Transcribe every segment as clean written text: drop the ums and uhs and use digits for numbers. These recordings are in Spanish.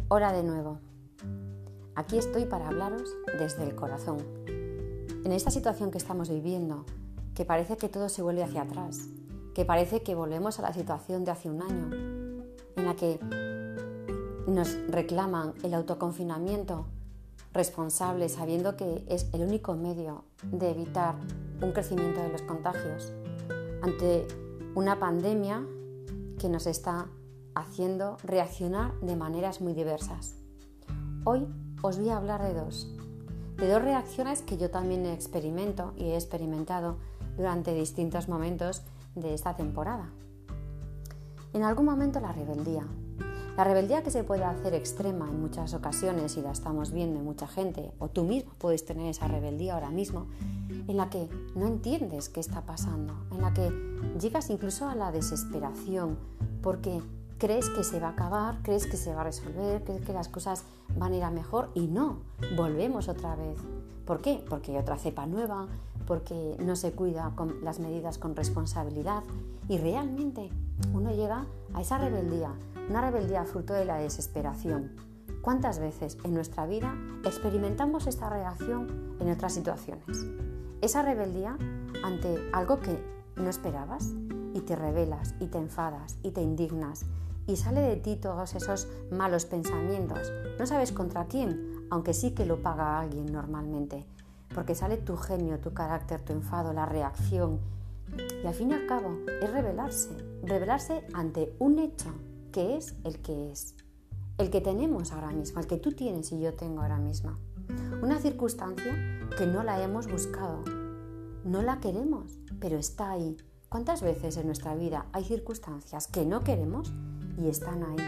Hola de nuevo. Aquí estoy para hablaros desde el corazón. En esta situación que estamos viviendo, que parece que todo se vuelve hacia atrás, que parece que volvemos a la situación de hace un año, en la que nos reclaman el autoconfinamiento responsable, sabiendo que es el único medio de evitar un crecimiento de los contagios, ante una pandemia que nos está haciendo reaccionar de maneras muy diversas. Hoy os voy a hablar de dos reacciones que yo también experimento y he experimentado durante distintos momentos de esta temporada. En algún momento la rebeldía que se puede hacer extrema en muchas ocasiones, y la estamos viendo en mucha gente, o tú mismo puedes tener esa rebeldía ahora mismo, en la que no entiendes qué está pasando, en la que llegas incluso a la desesperación, porque crees que se va a acabar, crees que se va a resolver, crees que las cosas van a ir a mejor y no, volvemos otra vez. ¿Por qué? Porque hay otra cepa nueva, porque no se cuida con las medidas con responsabilidad y realmente uno llega a esa rebeldía, una rebeldía fruto de la desesperación. ¿Cuántas veces en nuestra vida experimentamos esta reacción en otras situaciones? Esa rebeldía ante algo que no esperabas y te rebelas y te enfadas y te indignas y sale de ti todos esos malos pensamientos. No sabes contra quién, aunque sí que lo paga alguien normalmente, porque sale tu genio, tu carácter, tu enfado, la reacción. Y al fin y al cabo es rebelarse ante un hecho que es, el que tenemos ahora mismo, el que tú tienes y yo tengo ahora mismo. Una circunstancia que no la hemos buscado, no la queremos, pero está ahí. ¿Cuántas veces en nuestra vida hay circunstancias que no queremos y están ahí?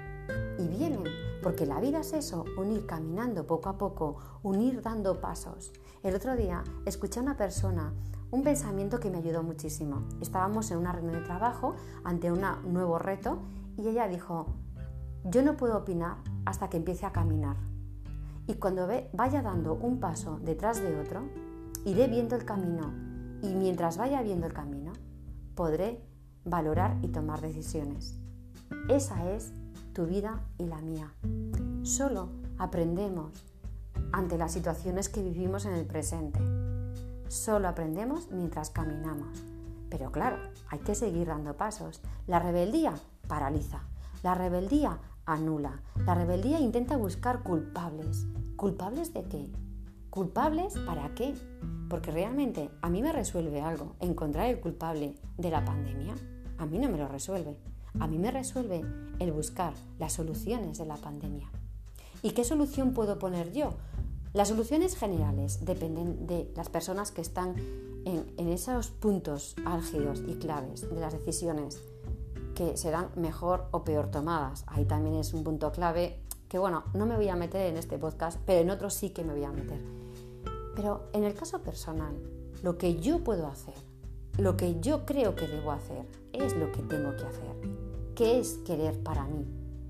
Y vienen, porque la vida es eso, un ir caminando poco a poco, un ir dando pasos. El otro día escuché a una persona, un pensamiento que me ayudó muchísimo. Estábamos en una reunión de trabajo ante un nuevo reto y ella dijo: yo no puedo opinar hasta que empiece a caminar. Y cuando vaya dando un paso detrás de otro, iré viendo el camino y mientras vaya viendo el camino, podré valorar y tomar decisiones. Esa es tu vida y la mía. Solo aprendemos ante las situaciones que vivimos en el presente. Solo aprendemos mientras caminamos. Pero claro, hay que seguir dando pasos. La rebeldía paraliza. La rebeldía anula. La rebeldía intenta buscar culpables. ¿Culpables de qué? ¿Culpables para qué? Porque realmente a mí me resuelve algo encontrar el culpable de la pandemia. A mí no me lo resuelve. A mí me resuelve el buscar las soluciones de la pandemia. ¿Y qué solución puedo poner yo? Las soluciones generales dependen de las personas que están en esos puntos álgidos y claves de las decisiones que serán mejor o peor tomadas. Ahí también es un punto clave que, no me voy a meter en este podcast, pero en otros sí que me voy a meter. Pero en el caso personal, lo que yo puedo hacer, lo que yo creo que debo hacer, es lo que tengo que hacer. ¿Qué es querer para mí?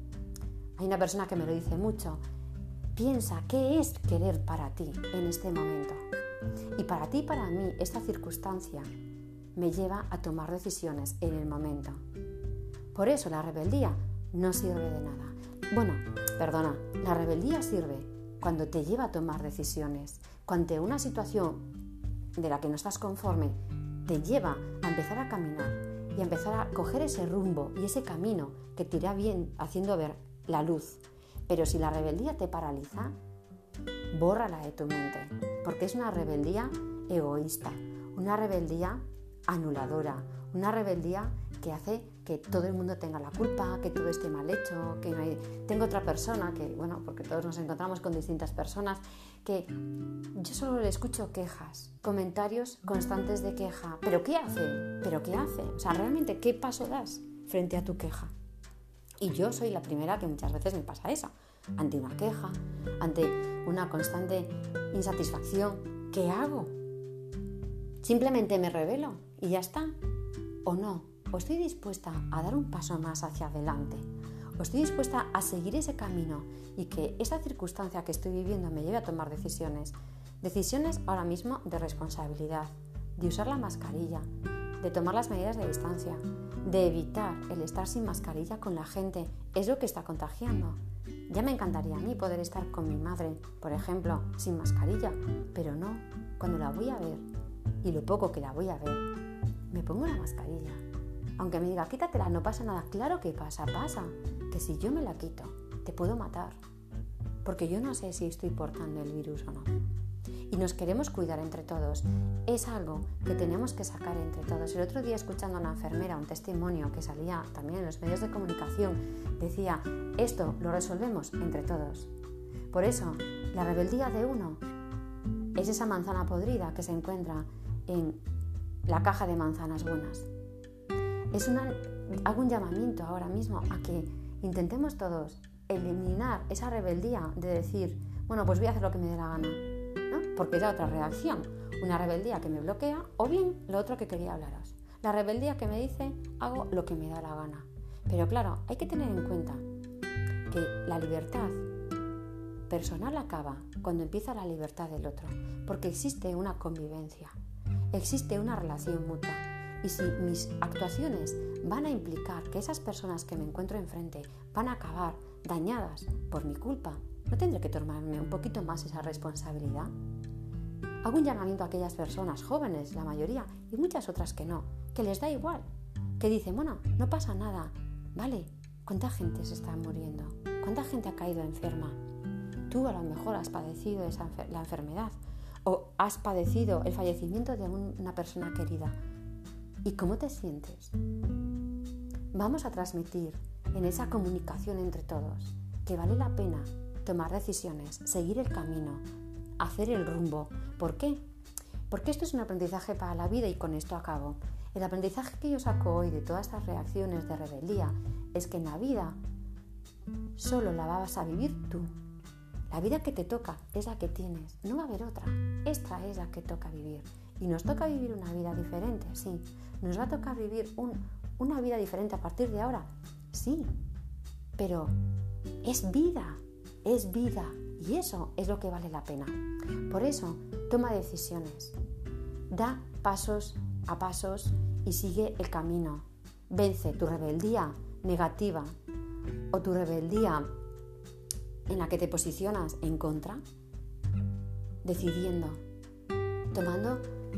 Hay una persona que me lo dice mucho. Piensa, ¿qué es querer para ti en este momento? Y para ti y para mí, esta circunstancia me lleva a tomar decisiones en el momento. Por eso la rebeldía no sirve de nada. La rebeldía sirve cuando te lleva a tomar decisiones, cuando una situación de la que no estás conforme te lleva a empezar a caminar y a empezar a coger ese rumbo y ese camino que te irá bien haciendo ver la luz. Pero si la rebeldía te paraliza, bórrala de tu mente, porque es una rebeldía egoísta, una rebeldía anuladora, una rebeldía que hace que todo el mundo tenga la culpa, que todo esté mal hecho, que no hay... Tengo otra persona que, porque todos nos encontramos con distintas personas, que yo solo le escucho quejas, comentarios constantes de queja. ¿Pero qué hace? O sea, realmente, ¿qué paso das frente a tu queja? Y yo soy la primera que muchas veces me pasa eso. Ante una queja, ante una constante insatisfacción, ¿qué hago? ¿Simplemente me rebelo y ya está? ¿O no? ¿O estoy dispuesta a dar un paso más hacia adelante? ¿O estoy dispuesta a seguir ese camino y que esa circunstancia que estoy viviendo me lleve a tomar decisiones? Decisiones ahora mismo de responsabilidad, de usar la mascarilla, de tomar las medidas de distancia, de evitar el estar sin mascarilla con la gente. Es lo que está contagiando. Ya me encantaría a mí poder estar con mi madre, por ejemplo, sin mascarilla, pero no, cuando la voy a ver, y lo poco que la voy a ver, me pongo la mascarilla. Aunque me diga, quítatela, no pasa nada. Claro que pasa, que si yo me la quito, te puedo matar, porque yo no sé si estoy portando el virus o no. Y nos queremos cuidar entre todos. Es algo que tenemos que sacar entre todos. El otro día, escuchando a una enfermera, un testimonio que salía también en los medios de comunicación, decía, esto lo resolvemos entre todos. Por eso, la rebeldía de uno es esa manzana podrida que se encuentra en la caja de manzanas buenas. Hago un llamamiento ahora mismo a que intentemos todos eliminar esa rebeldía de decir, bueno, pues voy a hacer lo que me dé la gana, ¿no? Porque es la otra reacción, una rebeldía que me bloquea, o bien lo otro que quería hablaros, la rebeldía que me dice, hago lo que me da la gana. Pero claro, hay que tener en cuenta que la libertad personal acaba cuando empieza la libertad del otro, porque existe una convivencia, existe una relación mutua. Y si mis actuaciones van a implicar que esas personas que me encuentro enfrente van a acabar dañadas por mi culpa, ¿no tendré que tomarme un poquito más esa responsabilidad? Hago un llamamiento a aquellas personas, jóvenes, la mayoría, y muchas otras que no, que les da igual, que dicen, bueno, no pasa nada, ¿vale? ¿Cuánta gente se está muriendo? ¿Cuánta gente ha caído enferma? Tú a lo mejor has padecido la enfermedad o has padecido el fallecimiento de una persona querida. ¿Y cómo te sientes? Vamos a transmitir en esa comunicación entre todos que vale la pena tomar decisiones, seguir el camino, hacer el rumbo. ¿Por qué? Porque esto es un aprendizaje para la vida y con esto acabo. El aprendizaje que yo saco hoy de todas estas reacciones de rebeldía es que en la vida solo la vas a vivir tú. La vida que te toca es la que tienes, no va a haber otra. Esta es la que toca vivir. Y nos toca vivir una vida diferente, sí. Nos va a tocar vivir una vida diferente a partir de ahora, sí. Pero es vida. Y eso es lo que vale la pena. Por eso, toma decisiones. Da pasos a pasos y sigue el camino. Vence tu rebeldía negativa o tu rebeldía en la que te posicionas en contra, decidiendo, tomando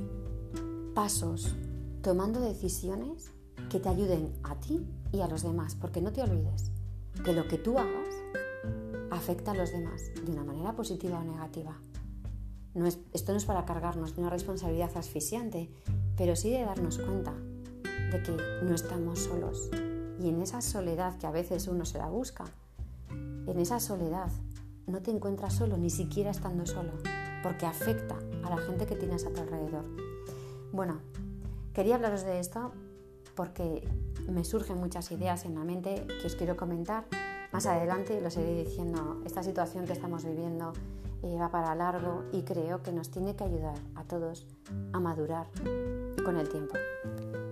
pasos, tomando decisiones que te ayuden a ti y a los demás, porque no te olvides que lo que tú hagas afecta a los demás de una manera positiva o negativa. Esto no es para cargarnos de una responsabilidad asfixiante, pero sí de darnos cuenta de que no estamos solos. Y en esa soledad que a veces uno se la busca, en esa soledad no te encuentras solo, ni siquiera estando solo, porque afecta a la gente que tienes a tu alrededor. Bueno, quería hablaros de esto porque me surgen muchas ideas en la mente que os quiero comentar. Más adelante los iré diciendo, esta situación que estamos viviendo va para largo y creo que nos tiene que ayudar a todos a madurar con el tiempo.